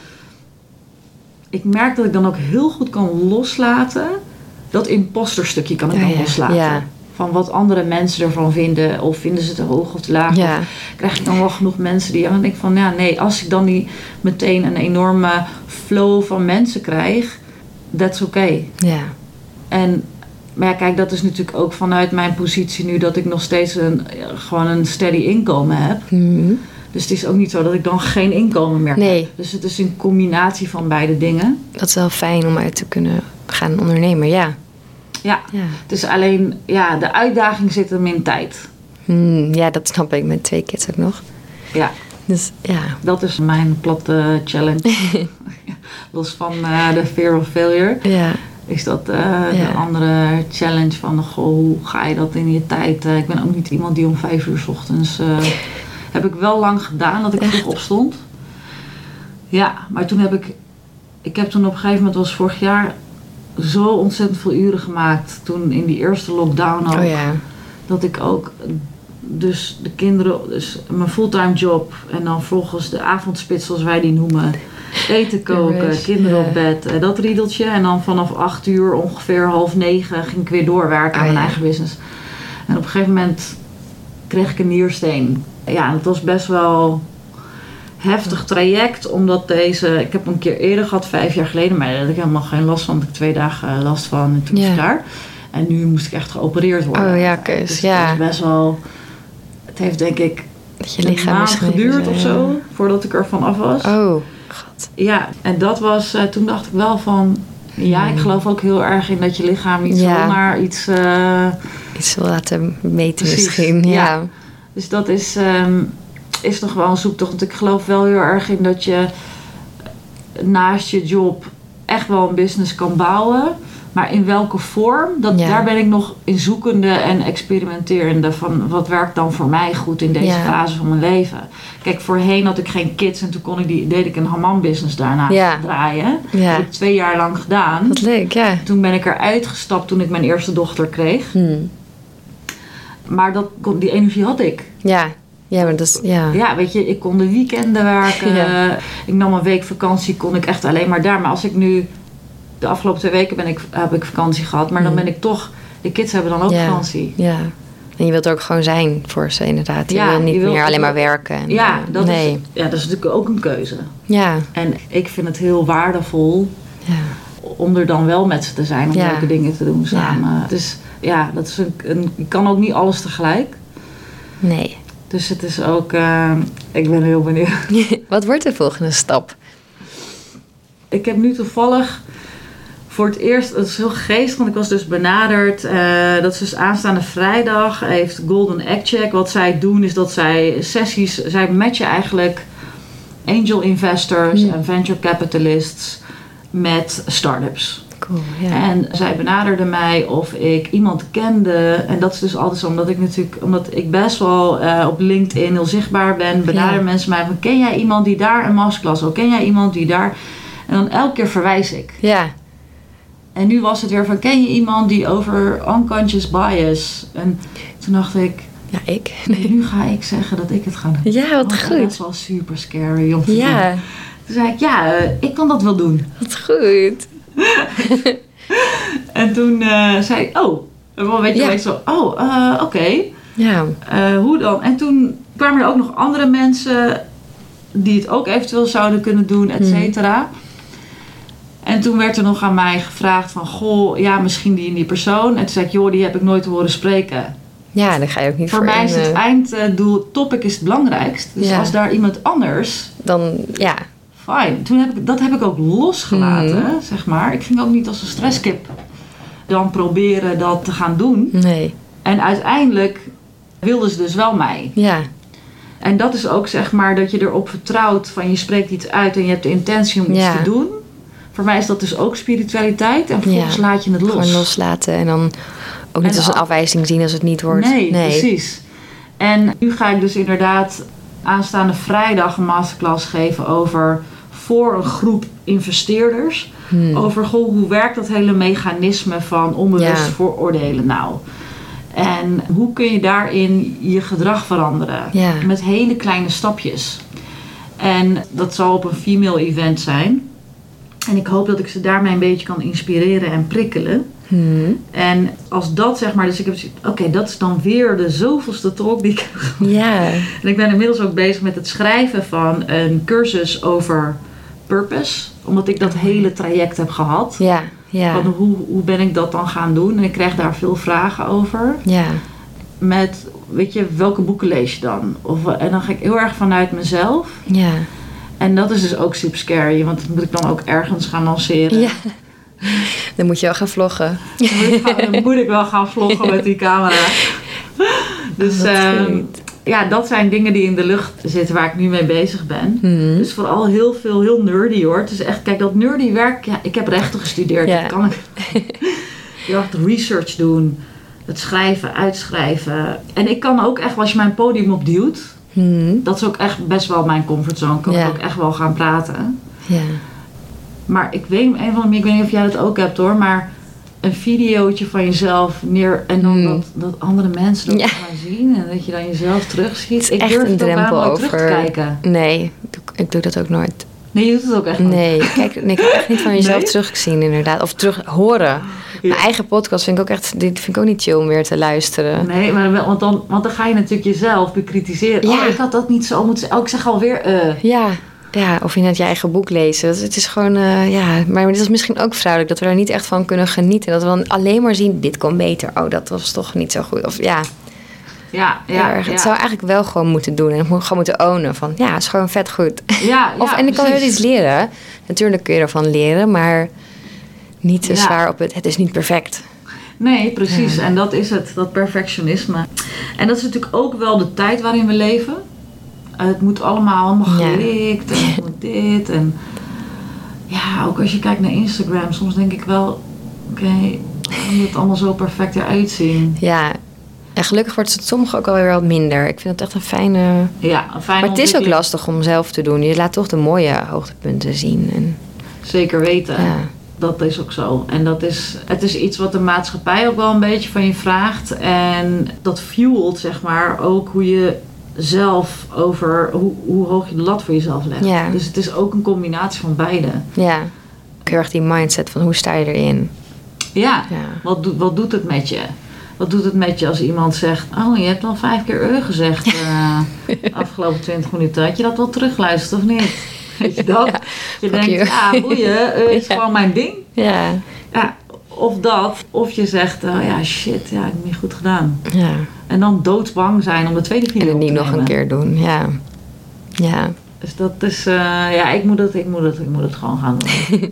Ik merk dat ik dan ook heel goed kan loslaten, dat imposterstukje kan ik Oh dan ja, loslaten. ja. Van wat andere mensen ervan vinden, of vinden ze het te hoog of te laag. ja, Of krijg ik dan wel genoeg mensen die dan denk ik van, ja nee, als ik dan niet meteen een enorme flow van mensen krijg, that's okay. ja. En Maar ja, kijk, dat is natuurlijk ook vanuit mijn positie nu dat ik nog steeds een, gewoon een steady inkomen heb. Mm-hmm. Dus het is ook niet zo dat ik dan geen inkomen meer Nee. heb. Dus het is een combinatie van beide dingen. Dat is wel fijn om uit te kunnen gaan ondernemen, ja. Ja, Ja, het is alleen, ja, de uitdaging zit hem in tijd. hmm, ja dat snap ik met twee kids ook nog. Ja, Dus ja. dat is mijn platte challenge. Los van uh, de fear of failure. Ja. Is dat uh, Ja. de andere challenge van, goh, hoe ga je dat in je tijd? Uh, ik ben ook niet iemand die om vijf uur 's ochtends... Uh, heb ik wel lang gedaan, dat ik Echt? vroeg opstond. Ja, maar toen heb ik... Ik heb toen op een gegeven moment, was vorig jaar... zo ontzettend veel uren gemaakt. Toen in die eerste lockdown ook. Oh ja. Dat ik ook... Dus de kinderen... Dus mijn fulltime job. En dan volgens de avondspits, zoals wij die noemen... Eten koken, Rush, kinderen ja. op bed, uh, dat riedeltje. En dan vanaf acht uur, ongeveer half negen, ging ik weer doorwerken aan Ah, mijn ja. eigen business. En op een gegeven moment kreeg ik een niersteen. Ja, het was best wel heftig traject, omdat deze... Ik heb een keer eerder gehad, vijf jaar geleden, maar daar had ik helemaal geen last van. Ik twee dagen last van en toen was Ja. ik daar. En nu moest ik echt geopereerd worden. Oh ja, keus, Dus ja. het is best wel... Het heeft denk ik Dat je een lichaam maand misschien geduurd even- of zo, voordat ik er van af was. Oh, god. Ja, en dat was, uh, toen dacht ik wel van, ja, ik Hmm. geloof ook heel erg in dat je lichaam iets Ja. zomaar iets, uh, Iets wil laten meten Precies, misschien. Ja. ja. dus dat is, um, is nog wel een zoektocht. Want ik geloof wel heel erg in dat je naast je job echt wel een business kan bouwen. Maar in welke vorm, dat, Ja. daar ben ik nog in zoekende en experimenterende van wat werkt dan voor mij goed in deze Ja. fase van mijn leven. Kijk, voorheen had ik geen kids en toen kon ik die, deed ik een hammam business daarna Ja. draaien. Dat Ja. heb ik twee jaar lang gedaan. Wat leuk, ja. Toen ben ik eruit gestapt toen ik mijn eerste dochter kreeg. Hmm. Maar dat, kon- die energie had ik. Ja. Ja, maar dat is... Ja. Ja, weet je, ik kon de weekenden werken. Ja. Ik nam een week vakantie, kon ik echt alleen maar daar. Maar als ik nu... De afgelopen twee weken ben ik, heb ik vakantie gehad. Maar dan Hmm. ben ik toch... De kids hebben dan ook Ja. vakantie. Ja. En je wilt er ook gewoon zijn voor ze inderdaad. Je Ja, wil niet je wilt- meer alleen maar werken. En, Ja, eh, dat, nee. is, ja, dat is natuurlijk ook een keuze. Ja. En ik vind het heel waardevol Ja. om er dan wel met ze te zijn. Om Ja. leuke dingen te doen samen. Dus ja, dat is een, een, je kan ook niet alles tegelijk. Nee. Dus het is ook... Uh, ik ben heel benieuwd. Wat wordt de volgende stap? Ik heb nu toevallig voor het eerst, het is heel geestig, want ik was dus benaderd. Uh, dat is dus aanstaande vrijdag, heeft Golden Egg Check. Wat zij doen is dat zij sessies, zij matchen eigenlijk angel investors Hmm. en venture capitalists met start-ups. Cool, ja. En zij benaderde mij of ik iemand kende. En dat is dus altijd zo, omdat ik natuurlijk, omdat ik best wel uh, op LinkedIn heel zichtbaar ben, benaderen Ja. mensen mij van, ken jij iemand die daar een masterclass had? Ken jij iemand die daar... En dan elke keer verwijs ik. Ja. En nu was het weer van, ken je iemand die over unconscious bias? En toen dacht ik, Ja, ik. nu ga ik zeggen dat ik het ga doen. Ja, wat Want goed. Dat is wel super scary om te doen. Ja, Toen zei ik, ja, uh, ik kan dat wel doen. wat goed. En toen uh, zei ik, oh, wel weet je, Ja. weet zo, oh, uh, oké. Okay. Ja. Uh, hoe dan? En toen kwamen er ook nog andere mensen die het ook eventueel zouden kunnen doen, et cetera. En toen werd er nog aan mij gevraagd van, goh, ja, misschien die en die persoon. En toen zei ik, joh, die heb ik nooit horen spreken. Ja, daar ga je ook niet Voor voor mij in, is het eh, einddoel, topic is het belangrijkst. Dus Ja. als daar iemand anders, Dan, ja. fijn. Toen heb ik, dat heb ik ook losgelaten, Mhm. zeg maar. Ik ging ook niet als een stresskip dan proberen dat te gaan doen. Nee. En uiteindelijk wilden ze dus wel mij. Ja. En dat is ook zeg maar dat je erop vertrouwt van je spreekt iets uit en je hebt de intentie om iets Ja. te doen. Voor mij is dat dus ook spiritualiteit en vervolgens Ja. laat je het los. Gewoon loslaten en dan ook niet En als een al- afwijzing zien als het niet wordt. Nee, precies. En nu ga ik dus inderdaad aanstaande vrijdag een masterclass geven over voor een groep investeerders. Hmm. Over goh, hoe werkt dat hele mechanisme van onbewust Ja. vooroordelen nou? En hoe kun je daarin je gedrag veranderen? Ja. Met hele kleine stapjes. En dat zal op een female event zijn. En ik hoop dat ik ze daarmee een beetje kan inspireren en prikkelen. Hmm. En als dat zeg maar, dus ik heb gezegd, oké, okay, dat is dan weer de zoveelste talk die ik heb gehad. Ja. En ik ben inmiddels ook bezig met het schrijven van een cursus over purpose. Omdat ik dat hele traject heb gehad. Ja. Ja. Van hoe, hoe ben ik dat dan gaan doen? En ik kreeg daar veel vragen over. Ja. Met, weet je, welke boeken lees je dan? Of, en dan ga ik heel erg vanuit mezelf. Ja. En dat is dus ook super scary. Want dat moet ik dan ook ergens gaan lanceren. Ja. Dan moet je wel gaan vloggen. Dan moet ik, gaan, dan moet ik wel gaan vloggen met die camera. Dus Oh, uh, ja, dat zijn dingen die in de lucht zitten waar ik nu mee bezig ben. Mm-hmm. Dus vooral heel veel, heel nerdy hoor. Het is echt, kijk, dat nerdy werk, ja, ik heb rechten gestudeerd. Ja. Dat kan ik. Heel erg de research doen. Het schrijven, uitschrijven. En ik kan ook echt, als je mijn podium opduwt, Mm-hmm. dat is ook echt best wel mijn comfortzone. Kan Ja. ik ook echt wel gaan praten. Ja. Maar ik weet, een of andere manier, ik weet niet of jij dat ook hebt hoor, maar een videootje van jezelf neer en dan Mm. dat, dat andere mensen dat Ja. gaan zien en dat je dan jezelf terugschiet. Het is Ik echt durf een het ook bijna drempel nooit terug te over- kijken. Nee, ik doe, ik doe dat ook nooit. Nee, je doet het ook echt niet. Nee, kijk, nee, ik heb echt niet van jezelf Nee? teruggezien inderdaad. Of terug horen. Mijn eigen podcast vind ik ook echt, dit vind ik ook niet chill om weer te luisteren. Nee, maar wel, want, dan, want dan ga je natuurlijk jezelf bekritiseren. Ja. Oh, ik had dat niet zo moeten zeggen. Oh, ik zeg alweer eh. Ja, ja, of je net je eigen boek lezen. Dat- Het is gewoon, uh, ja, maar dit is misschien ook vrouwelijk. Dat we daar niet echt van kunnen genieten. Dat we dan alleen maar zien, dit kon beter. Oh, dat was toch niet zo goed. Of ja, Ja, ja, ja, het ja. zou eigenlijk wel gewoon moeten doen. En gewoon moeten ownen van, ja, het is gewoon vet goed. Ja, Of, ja, en ik kan heel precies. iets leren. Natuurlijk kun je ervan leren, maar niet te Ja. zwaar op het, het is niet perfect. Nee, precies. Ja. En dat is het, dat perfectionisme. En dat is natuurlijk ook wel de tijd waarin we leven. Uh, het moet allemaal allemaal Ja. gelikt en het moet dit. En ja, ook als je kijkt naar Instagram, soms denk ik wel, oké, okay, hoe moet het allemaal zo perfect eruit zien? Ja, en gelukkig wordt het sommige ook alweer wat minder. Ik vind het echt een fijne... Ja, een fijne Maar het is ook ontwikkeling. lastig om zelf te doen. Je laat toch de mooie hoogtepunten zien. En, Zeker weten. ja. Dat is ook zo. En dat is, het is iets wat de maatschappij ook wel een beetje van je vraagt. En dat fuelt, zeg maar, ook hoe je zelf over, hoe, hoe hoog je de lat voor jezelf legt. Ja. Dus het is ook een combinatie van beide. Ja, ook heel erg die mindset van hoe sta je erin. Ja, Ja. Wat, doet, wat doet het met je? Wat doet het met je als iemand zegt, oh, je hebt al vijf keer uh gezegd uh, de afgelopen twintig minuten. Had je dat wel teruggeluisterd of niet? Weet je dat? Ja, Je fuck denkt, you. ja, boeien, uh, is Ja. gewoon mijn ding. Ja, Ja, of dat, of je zegt, oh ja, shit, ja, ik heb het niet goed gedaan. ja. En dan doodsbang zijn om de tweede En video het op te niet nog nemen. een keer doen. Ja, ja. Dus dat is, uh, ja, ik moet, het, ik, moet het, ik moet het gewoon gaan doen.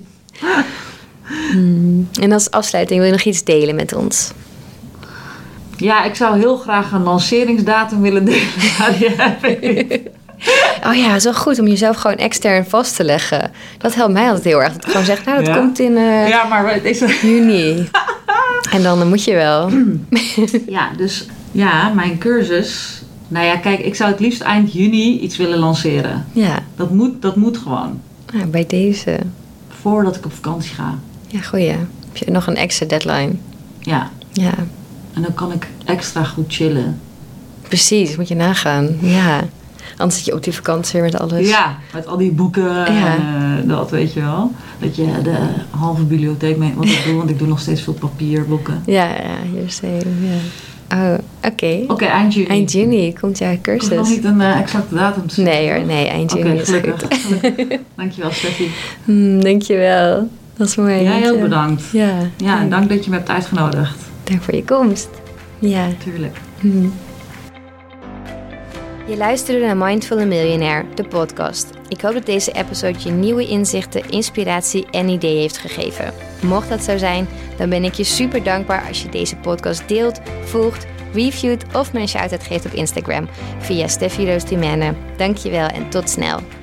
Hmm. En als afsluiting wil je nog iets delen met ons? Ja, ik zou heel graag een lanceringsdatum willen delen. Maar die heb ik niet. Oh ja, het is wel goed om jezelf gewoon extern vast te leggen. Dat helpt mij altijd heel erg. Dat ik gewoon zeg, nou, dat Ja? komt in uh, Ja, maar het is... juni. En dan, dan moet je wel. Ja, dus ja, mijn cursus. Nou ja, kijk, ik zou het liefst eind juni iets willen lanceren. Ja, Dat moet, dat moet gewoon. nou, bij deze. Voordat ik op vakantie ga. Ja, goeie. Heb je nog een extra deadline? Ja, Ja, en dan kan ik extra goed chillen. precies. Moet je nagaan. Ja. Anders zit je op die vakantie weer met alles. Ja, met al die boeken en uh, dat, weet je wel. Dat je de halve bibliotheek mee... Wat ik doe, want ik doe nog steeds veel papierboeken. Ja, ja, hier same. Ja. Oh, oké. Oké, okay, eind juni. Eind juni komt jouw Ik hoef cursus. nog niet een uh, exacte datum te zeggen. Nee hoor, nee, eind Oké, juni is gelukkig. goed. gelukkig. Dankjewel, Steffi. Hmm, dankjewel. Dat is mooi. Jij heel bedankt. Ja, Ja, en dank dat je me hebt uitgenodigd. dank voor je komst. Ja. Tuurlijk. Hmm. Je luisterde naar Mindful and Millionaire, de podcast. Ik hoop dat deze episode je nieuwe inzichten, inspiratie en ideeën heeft gegeven. Mocht dat zo zijn, dan ben ik je super dankbaar als je deze podcast deelt, volgt, reviewt of me een shout-out geeft op Instagram via Steffi Roos Timene. Dankjewel en tot snel.